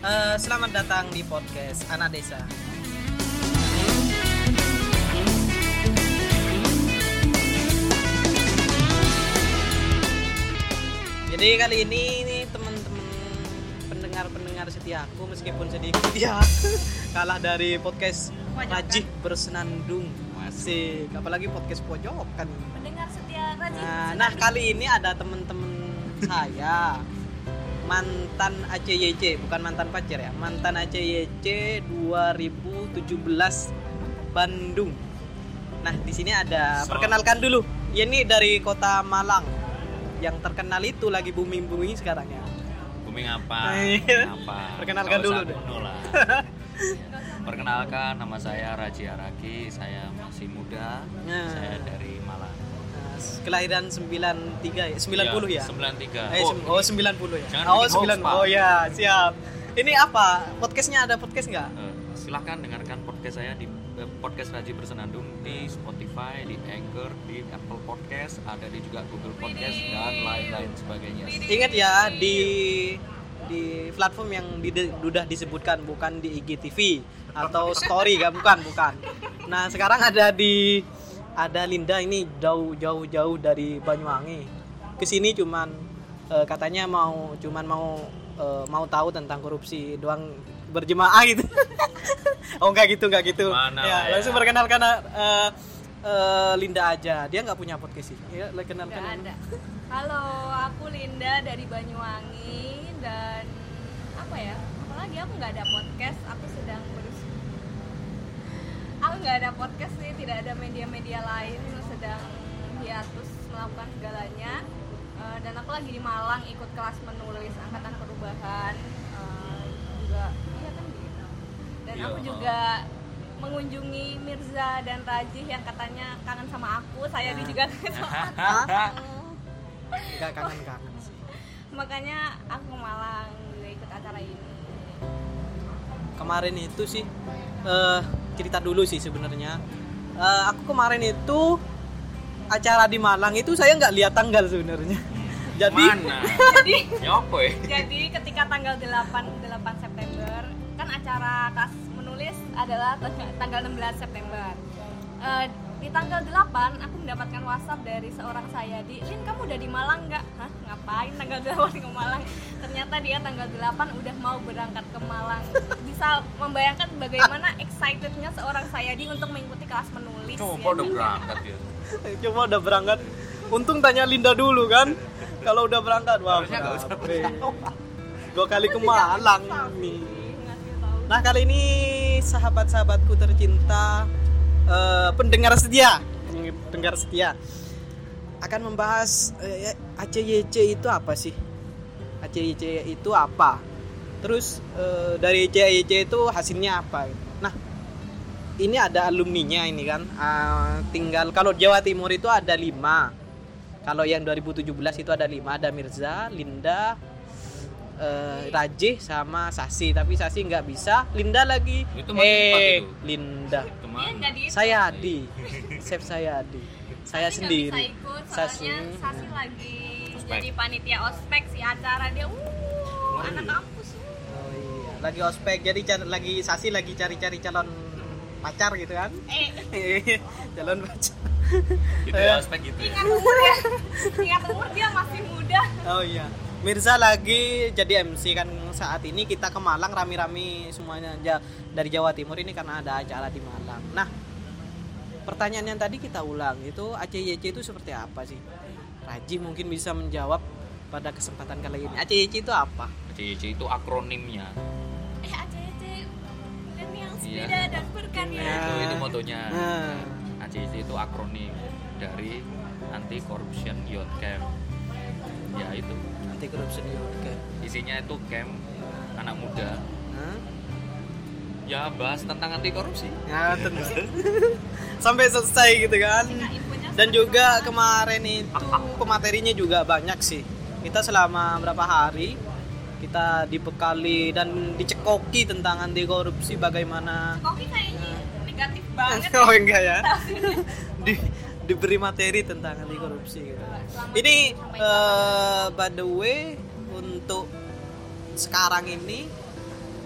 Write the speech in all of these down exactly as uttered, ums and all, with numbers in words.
Uh, selamat datang di podcast Anak Desa. Jadi kali ini nih teman-teman pendengar-pendengar setiaku, meskipun sedikit ya kalah dari podcast Rajih Bersenandung. Masih, apalagi podcast pojokan. Pendengar setia Rajih. Nah, nah kali ini ada teman-teman saya. Mantan A C Y C, bukan mantan pacar ya, mantan A C Y C dua ribu tujuh belas Bandung. Nah, di sini ada, so, perkenalkan dulu. Ini dari kota Malang. Yang terkenal itu lagi booming-booming sekarang ya. Booming apa? apa? Perkenalkan dulu deh. Perkenalkan, nama saya Raji Araki, saya masih muda. Nah. Saya dari Malang. Kelahiran sembilan tiga ya, sembilan puluh ya? sembilan tiga. Eh, oh, oh sembilan puluh ya. Jangan oh, sembilan puluh. Oh ya, siap. Ini apa? Podcastnya ada podcast enggak? Uh, silahkan dengarkan podcast saya di uh, podcast Rajih Bersenandung di Spotify, di Anchor, di Apple Podcast, ada di juga Google Podcast dan lain-lain sebagainya. Ingat ya, di di platform yang di, sudah disebutkan, bukan di I G T V atau Story kan, bukan, bukan. Nah, sekarang ada di ada Linda ini jauh-jauh-jauh dari Banyuwangi ke sini cuman e, katanya mau cuman mau e, mau tahu tentang korupsi doang, berjemaah gitu. Oh enggak gitu, enggak gitu. Mana ya, ya, langsung perkenalkan e, e, Linda aja. Dia enggak punya podcast sih. Ya, kenalkan. Enggak ada. Halo, aku Linda dari Banyuwangi dan apa ya? Apalagi aku enggak ada podcast, aku sedang berusaha. Aku nggak ada podcast sih, tidak ada media-media lain, sedang hiatus melakukan segalanya. Uh, dan aku lagi di Malang ikut kelas menulis Angkatan Perubahan, uh, juga iya kan gitu. Dan Yo. aku juga mengunjungi Mirza dan Rajih yang katanya kangen sama aku, saya nah. juga kangen sama aku. Enggak kangen-kangen sih. Makanya aku ke Malang juga ikut acara ini. Kemarin itu sih uh, cerita dulu sih sebenarnya. Uh, aku kemarin itu acara di Malang itu saya nggak lihat tanggal sebenarnya. Jadi mana? jadi Nyopo ya? Jadi ketika tanggal delapan September kan acara kelas menulis adalah tanggal enam belas September. Uh, di tanggal delapan aku mendapatkan WhatsApp dari seorang Sayadi, "Lin, kamu udah di Malang nggak?" Hah, ngapain tanggal delapan ke Malang? Ternyata dia tanggal delapan udah mau berangkat ke Malang. Bisa membayangkan bagaimana excitednya seorang Sayadi untuk mengikuti kelas menulis. Coba ya, udah berangkat ya. Coba udah berangkat. Untung tanya Linda dulu kan. Kalau udah berangkat, wah. Dua kali ke Malang nih. Nah, kali ini sahabat-sahabatku tercinta, Uh, pendengar setia, pendengar setia akan membahas uh, A C Y C itu apa sih? A C Y C itu apa? Terus uh, dari A C Y C itu hasilnya apa? Nah, ini ada alumninya ini kan. Uh, tinggal kalau Jawa Timur itu ada lima. Kalau yang dua ribu tujuh belas itu ada lima, ada Mirza, Linda, Uh, Rajih sama Sasi, tapi Sasi nggak bisa. Linda lagi itu eh itu. Linda itu. saya Adi chef saya Adi saya Sasi sendiri nggak bisa ikut, Sasi soalnya Sasi lagi ospek. Jadi panitia ospek si acara dia uh oh, anak iya. kampus uh. oh iya lagi ospek, jadi car- lagi Sasi lagi cari-cari calon pacar gitu kan. eh calon pacar itu ya ospek gitu ya. Ingat umur ya ingat umur dia masih muda. Oh iya, Mirza lagi jadi M C kan saat ini. Kita ke Malang rame-rame semuanya dari Jawa Timur ini karena ada acara di Malang. Nah, pertanyaan yang tadi kita ulang itu A C Y C itu seperti apa sih? Raji mungkin bisa menjawab pada kesempatan kali ini. A C Y C itu apa? A C Y C itu akronimnya. Eh A C Y C milenial Iya. sepeda dan berkarya. Iya. Itu itu motonya. Nah, A C Y C itu akronim dari Anti Corruption Youth Camp. Ya itu. Anti Corruption Youth Camp. Isinya itu camp anak muda. Hah? Ya bahas tentang anti korupsi. Ya tentu. Sampai selesai gitu kan. Dan juga kemarin itu pematerinya juga banyak sih. Kita selama berapa hari kita dibekali dan dicekoki tentang anti korupsi, bagaimana. Koki kayaknya negatif banget. Oh enggak ya. Di, diberi materi tentang anti korupsi gitu. Ini uh, by the way untuk sekarang ini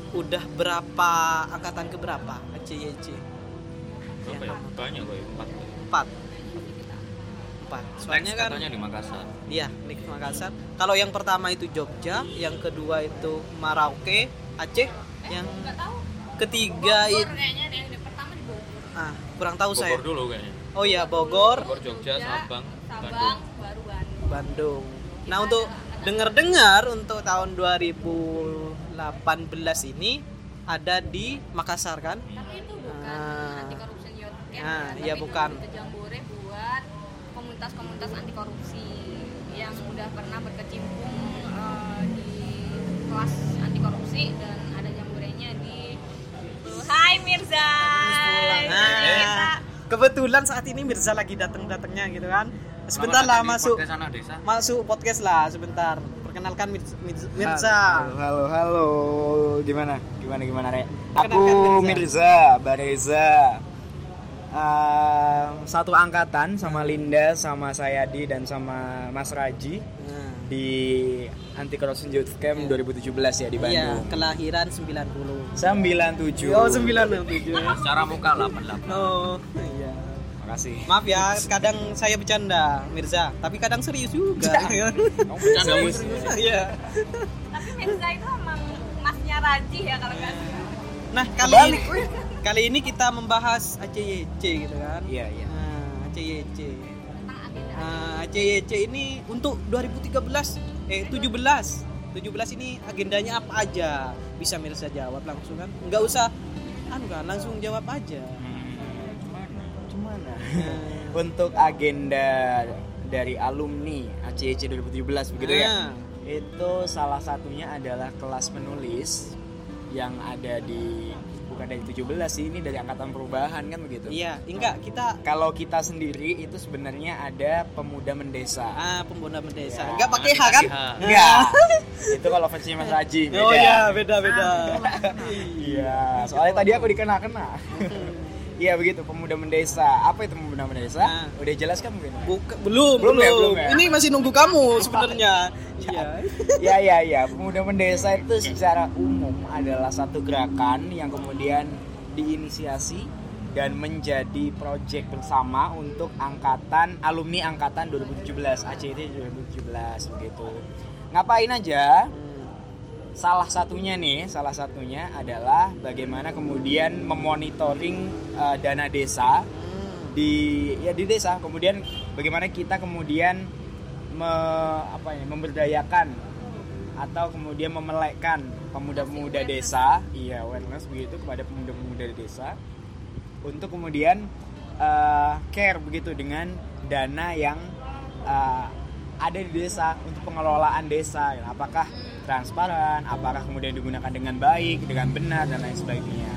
udah berapa angkatan ke berapa A C Y C? Berapa ya? Banyak kok ya, empat. Empat. Empat. Soalnya Next kan katanya di Makassar. iya, di Makassar. Kalau yang pertama itu Jogja, yang kedua itu Merauke, Aceh, yang Nggak tahu. ketiga Bogor itu kayaknya yang di pertama di Bogor. ah, kurang tahu saya. Bogor dulu kayaknya. Oh iya, Bogor, Bogor, Jogja, Sabang, Sabang, Bandung. baru Bandung. Bandung. Nah, untuk dengar-dengar untuk tahun dua ribu delapan belas ini ada di Makassar kan? Tapi itu bukan Ah. anti corruption youth camp, Ah, ya, iya, tapi bukan. itu Jambore buat komunitas-komunitas anti korupsi yang udah pernah berkecimpung eh, di kelas anti korupsi dan ada jamborenya di Hai Mirza. Jadi kita Nah, kebetulan saat ini Mirza lagi datang-datangnya gitu kan. Sebentar lah masuk Podcast Anak Desa. masuk podcast lah sebentar. Perkenalkan Mir- Mir- Mirza. Halo, halo, halo. Gimana? Gimana gimana, Rek? Perkenalkan, Aku Mirza. Mirza, Bareza. Uh, satu angkatan sama Linda, sama Sayadi dan sama Mas Raji Nah, di Anti Corruption Youth Camp dua ribu tujuh belas ya di iya, Bandung. kelahiran sembilan puluh. sembilan puluh tujuh. Oh, sembilan puluh tujuh. Secara muka delapan puluh delapan. Oh, iya. Makasih. Maaf ya, kadang saya bercanda, Mirza, tapi kadang serius juga. Kamu bercanda Serius. wis. Iya. tapi Mirza itu emang masnya Raji ya kalau nggak salah. Nah, kali Kebalik, ini kali ini kita membahas A C Y C gitu kan. Iya, iya. Nah, A C Y C. Tentang agenda. Nah, A C Y C ini untuk dua ribu tiga belas eh tujuh belas. tujuh belas ini agendanya apa aja? Bisa Mirza jawab langsung kan? Enggak usah anu kan, langsung jawab aja. Gimana? Untuk agenda dari alumni A C Y C dua ribu tujuh belas begitu ya. Nah. Itu salah satunya adalah kelas menulis yang ada di bukan dari tujuh belas sih, ini dari angkatan perubahan kan begitu. Iya, enggak kita Kalau kita sendiri itu sebenarnya ada pemuda mendesa. ah pemuda mendesa. Ya. Enggak pakai H kan? H. Enggak. Itu kalau versi Mas Raji. Oh beda. iya, beda-beda. Iya, soalnya tadi aku dikena-kena. Iya begitu, pemuda mendesa. Apa itu pemuda mendesa? Nah. Udah jelas kan mungkin? Buka, belum, Belum belum. ya, belum ya? Ini masih nunggu kamu sebenarnya. Iya. Ya ya ya, pemuda mendesa itu secara umum adalah satu gerakan yang kemudian diinisiasi dan menjadi proyek bersama untuk angkatan alumni angkatan dua ribu tujuh belas A C Y C dua ribu tujuh belas begitu. Ngapain aja? Salah satunya nih, salah satunya adalah bagaimana kemudian memonitoring uh, dana desa di ya di desa. Kemudian bagaimana kita kemudian me, apa ya, memberdayakan atau kemudian memelekkan pemuda-pemuda desa, iya awareness begitu kepada pemuda-pemuda desa untuk kemudian uh, care begitu dengan dana yang uh, ada di desa untuk pengelolaan desa. Apakah transparan, apakah kemudian digunakan dengan baik, dengan benar dan lain sebagainya.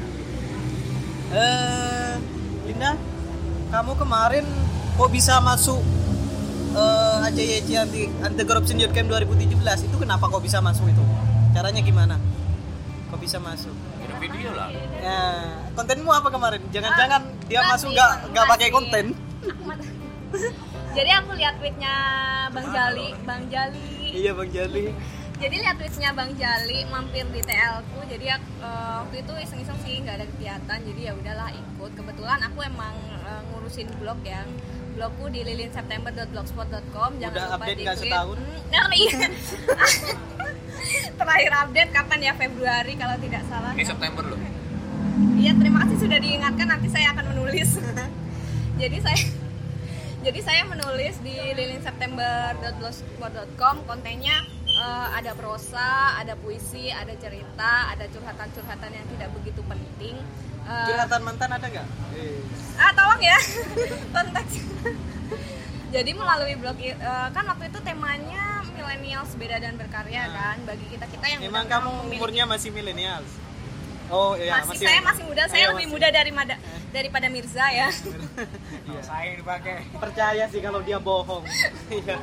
Eh, Linda, kamu kemarin kok bisa masuk eh, A C Y C anti anti corruption youth camp dua ribu tujuh belas? Itu kenapa kok bisa masuk itu? Caranya gimana? Kok bisa masuk? Kirim video lah. Ya, kontenmu apa kemarin? Jangan-jangan dia Enggak masuk sih, nggak nggak enggak pakai sih. konten? Aku mah- Jadi aku lihat tweetnya Bang Jali, Bang Jali. Iya Bang Jali. Jadi lihat tweetnya Bang Jali mampir di T L ku. Jadi ya, eh, waktu itu iseng-iseng sih nggak ada kegiatan. Jadi ya udahlah ikut. Kebetulan aku emang eh, ngurusin blog ya. Blogku di lilin september dot blogspot dot com. Jangan Udah lupa update di nggak tweet. setahun? Hmm, nah, iya. Terakhir update kapan ya? Februari kalau tidak salah. Ini September loh. Iya, terima kasih sudah diingatkan. Nanti saya akan menulis. Jadi saya Jadi saya menulis di lilin september dot blogspot dot com. Kontennya eh, ada prosa, ada puisi, ada cerita, ada curhatan-curhatan yang tidak begitu penting. Eh, Curhatan mantan ada nggak? ah tolong ya konteks. Jadi melalui blog i- eh, kan waktu itu temanya millennials beda dan berkarya kan, bagi kita kita yang Emang udah kamu memiliki- umurnya masih milenial? Oh iya, masih, saya masih muda, saya Iya, lebih masih. muda daripada daripada Mirza ya. Kalau saya yang dipakai. Percaya sih kalau dia bohong. Iya.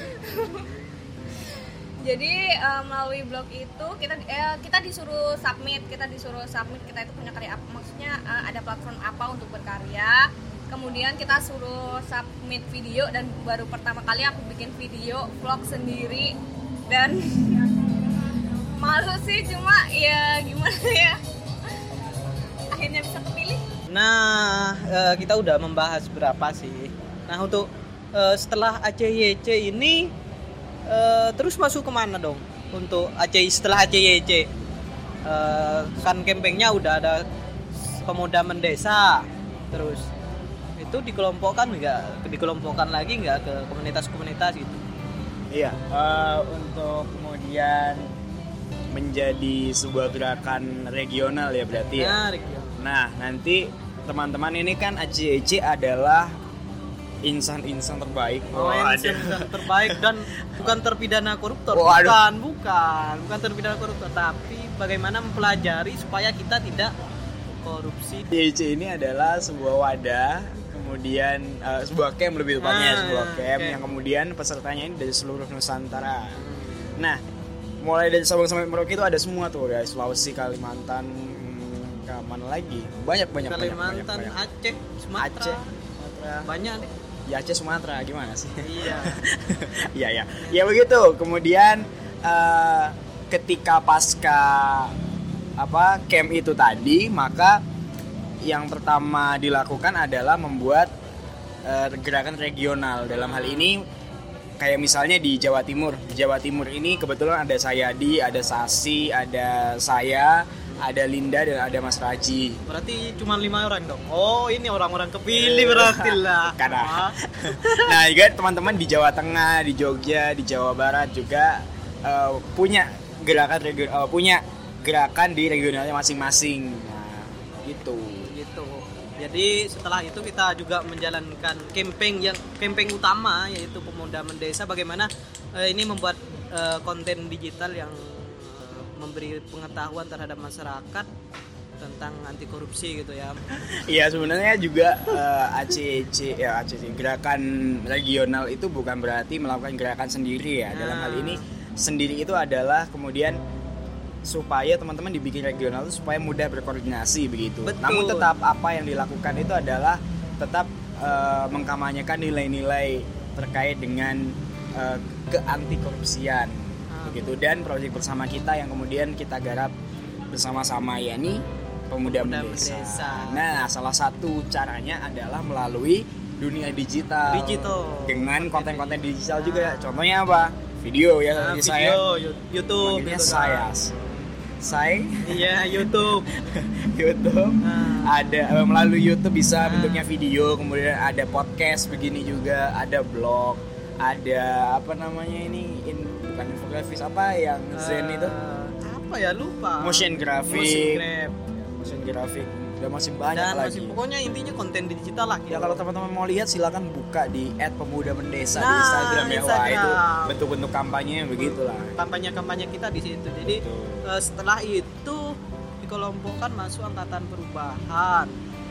Jadi eh, melalui blog itu kita eh, kita disuruh submit, kita disuruh submit kita itu punya karya apa, maksudnya eh, ada platform apa untuk berkarya. Kemudian kita suruh submit video dan baru pertama kali aku bikin video vlog sendiri dan Malu sih, cuma ya gimana ya, akhirnya bisa kepilih. Nah, eh, kita udah membahas berapa sih. Nah, untuk eh, setelah A C Y C ini eh, terus masuk kemana dong? Untuk A C Y setelah A C Y C eh, kan campingnya udah ada pemuda mendesa, terus itu dikelompokkan nggak? Dikelompokkan lagi nggak ke komunitas-komunitas gitu? Iya, uh, untuk kemudian menjadi sebuah gerakan regional ya berarti ya. Nah, regional. Nah, nanti teman-teman ini kan A C Y C adalah insan-insan terbaik. Oh, Oh, yang ada. terbaik dan bukan terpidana koruptor, Oh, aduh. bukan, bukan, bukan terpidana koruptor, tapi bagaimana mempelajari supaya kita tidak korupsi. A C Y C ini adalah sebuah wadah, kemudian uh, sebuah camp lebih tepatnya, Ah, sebuah camp camp. yang kemudian pesertanya ini dari seluruh Nusantara. Nah, mulai dari Sabang sampai Merauke itu ada semua tuh, dari Sulawesi, Kalimantan, hmm, ke mana lagi? Banyak banyak Kalimantan, banyak, banyak, banyak. Aceh, Sumatera, Aceh, Sumatera. banyak deh. Ya Aceh, Sumatera gimana sih? Iya. Iya ya, ya begitu. Kemudian uh, ketika pasca apa camp itu tadi, maka yang pertama dilakukan adalah membuat uh, gerakan regional. Dalam hal ini kayak misalnya di Jawa Timur. Di Jawa Timur ini kebetulan ada Sayadi, ada Sasi, ada saya, ada Linda, dan ada Mas Raji. Berarti cuma lima orang dong. Oh, ini orang-orang kepilih berarti lah. Karena nah juga teman-teman di Jawa Tengah, di Jogja, di Jawa Barat juga uh, punya gerakan regi- uh, punya gerakan di regionalnya masing-masing. Nah, gitu. Gitu. Jadi setelah itu kita juga menjalankan campaign yang campaign utama, yaitu Pemuda Mendesa. Bagaimana eh, ini membuat eh, konten digital yang eh, memberi pengetahuan terhadap masyarakat tentang anti korupsi gitu ya. Iya, sebenarnya juga uh, A C C ya A C C gerakan regional itu bukan berarti melakukan gerakan sendiri ya. Dalam hal ini sendiri itu adalah kemudian supaya teman-teman dibikin regional itu supaya mudah berkoordinasi begitu. Betul. Namun tetap apa yang dilakukan itu adalah tetap uh, mengkampanyekan nilai-nilai terkait dengan uh, keanti korupsian Ah. begitu, dan proyek bersama kita yang kemudian kita garap bersama-sama, yakni Pemuda, Pemuda Mendesa. Mendesa. Nah, salah satu caranya adalah melalui dunia digital. Digital. Dengan konten-konten digital juga. Contohnya apa? Video ya, Nah, seperti video, saya. Yu- YouTube Manggilnya gitu saya. kan. Saya Iya, YouTube. YouTube. Nah. Ada eh, melalui YouTube bisa Nah. bentuknya video, kemudian ada podcast begini juga, ada blog, ada apa namanya ini in, bukan infografis apa yang Zen itu? Eh, apa ya, lupa. Motion graphic. Motion graph. Motion graphic. Udah masih banyak Dan lagi. masih pokoknya intinya konten digital lah. Ya kalau teman-teman mau lihat silakan buka di et pemuda mendesa di Nah, Instagram ya. Wah, Instagram. itu bentuk-bentuk kampanye begitulah. Kampanye-kampanye kita di situ. Jadi Betul. eh, setelah itu dikelompokkan masuk angkatan perubahan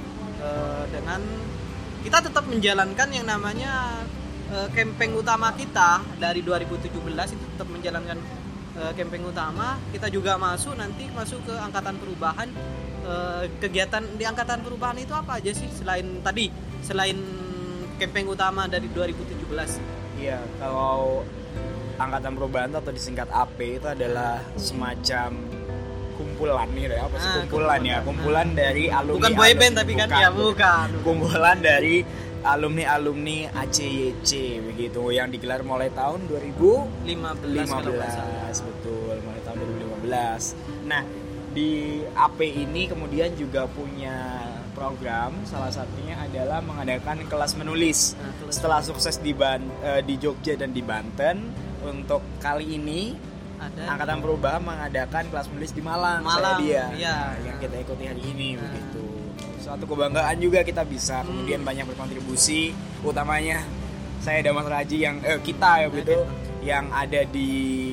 Eh, dengan kita tetap menjalankan yang namanya eh, campaign utama kita dari dua ribu tujuh belas itu tetap menjalankan eh, campaign utama. Kita juga masuk nanti masuk ke angkatan perubahan. Eh, kegiatan di angkatan perubahan itu apa aja sih selain tadi selain campaign utama dari dua ribu tujuh belas? Iya, kalau angkatan perubahan atau disingkat A P itu adalah semacam kumpulan nih, apa sih Ah, kumpulan ya, kumpulan. kumpulan dari alumni. Bukan boy band alumni- tapi kan bukan, ya bukan. Kumpulan dari alumni-alumni A C Y C begitu yang digelar mulai tahun dua ribu lima belas lima kalau nggak salah. belas, betul, mulai tahun dua ribu lima belas. Nah, di A P ini kemudian juga punya program, salah satunya adalah mengadakan kelas menulis. Nah, kelas Setelah sukses di Ban- eh, di Jogja dan di Banten, untuk kali ini Ada Angkatan Perubahan mengadakan kelas menulis di Malang. Malang, saya dia iya. yang kita ikuti hari ini Nah. begitu. Suatu kebanggaan juga kita bisa Hmm. kemudian banyak berkontribusi, utamanya saya dan Mas Raji yang eh, kita ya begitu yang ada di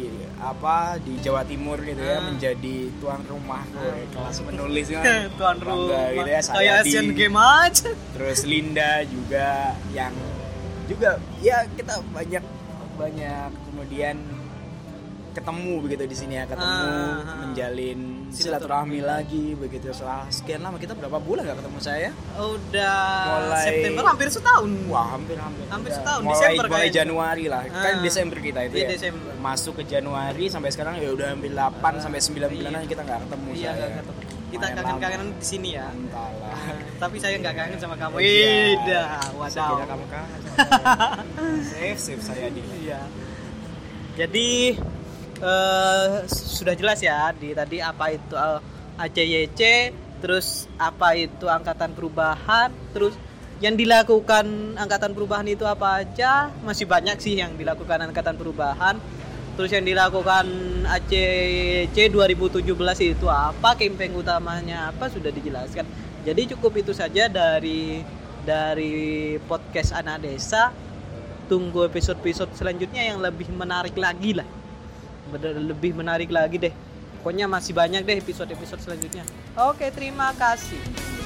apa di Jawa Timur gitu ya, Ah. menjadi tuan rumah gue kelas menulis kan. tuan Bangga rumah gitu ya, saya kayak di- Asian Games aja. Terus Linda juga yang juga ya kita banyak banyak kemudian ketemu begitu di sini ya, ketemu Ah, menjalin silaturahmi silaturahmi lagi begitu setelah sekian lama. Kita berapa bulan nggak ketemu saya? Udah Mulai- September hampir setahun. Wah, hampir-hampir. Hampir Udah. setahun, mulai, Desember mulai kayaknya. Januari lah. Kan Ah. Desember kita itu Iya, ya. Desember. Masuk ke Januari sampai sekarang ya udah hampir delapan sampai sembilan Iya. bulanan kita nggak ketemu Iya, saya. nggak ketemu. Kita Lumayan kangen-kangenan di sini ya. lama. Entahlah. Tapi saya nggak kangen sama kamu. Iya. Ida, Saya wadaw. kira kamu kangen sama saya. Safe, safe saya di. Iya. Jadi eh, sudah jelas ya di tadi apa itu eh, A C Y C, terus apa itu angkatan perubahan, terus yang dilakukan angkatan perubahan itu apa aja? Masih banyak sih yang dilakukan angkatan perubahan. Terus yang dilakukan A C Y C dua ribu tujuh belas itu apa? Campaign utamanya apa sudah dijelaskan. Jadi cukup itu saja dari dari podcast Anak Desa. Tunggu episode-episode selanjutnya yang lebih menarik lagi lah. Bener, lebih menarik lagi deh. Pokoknya masih banyak deh episode-episode selanjutnya. Oke, terima kasih.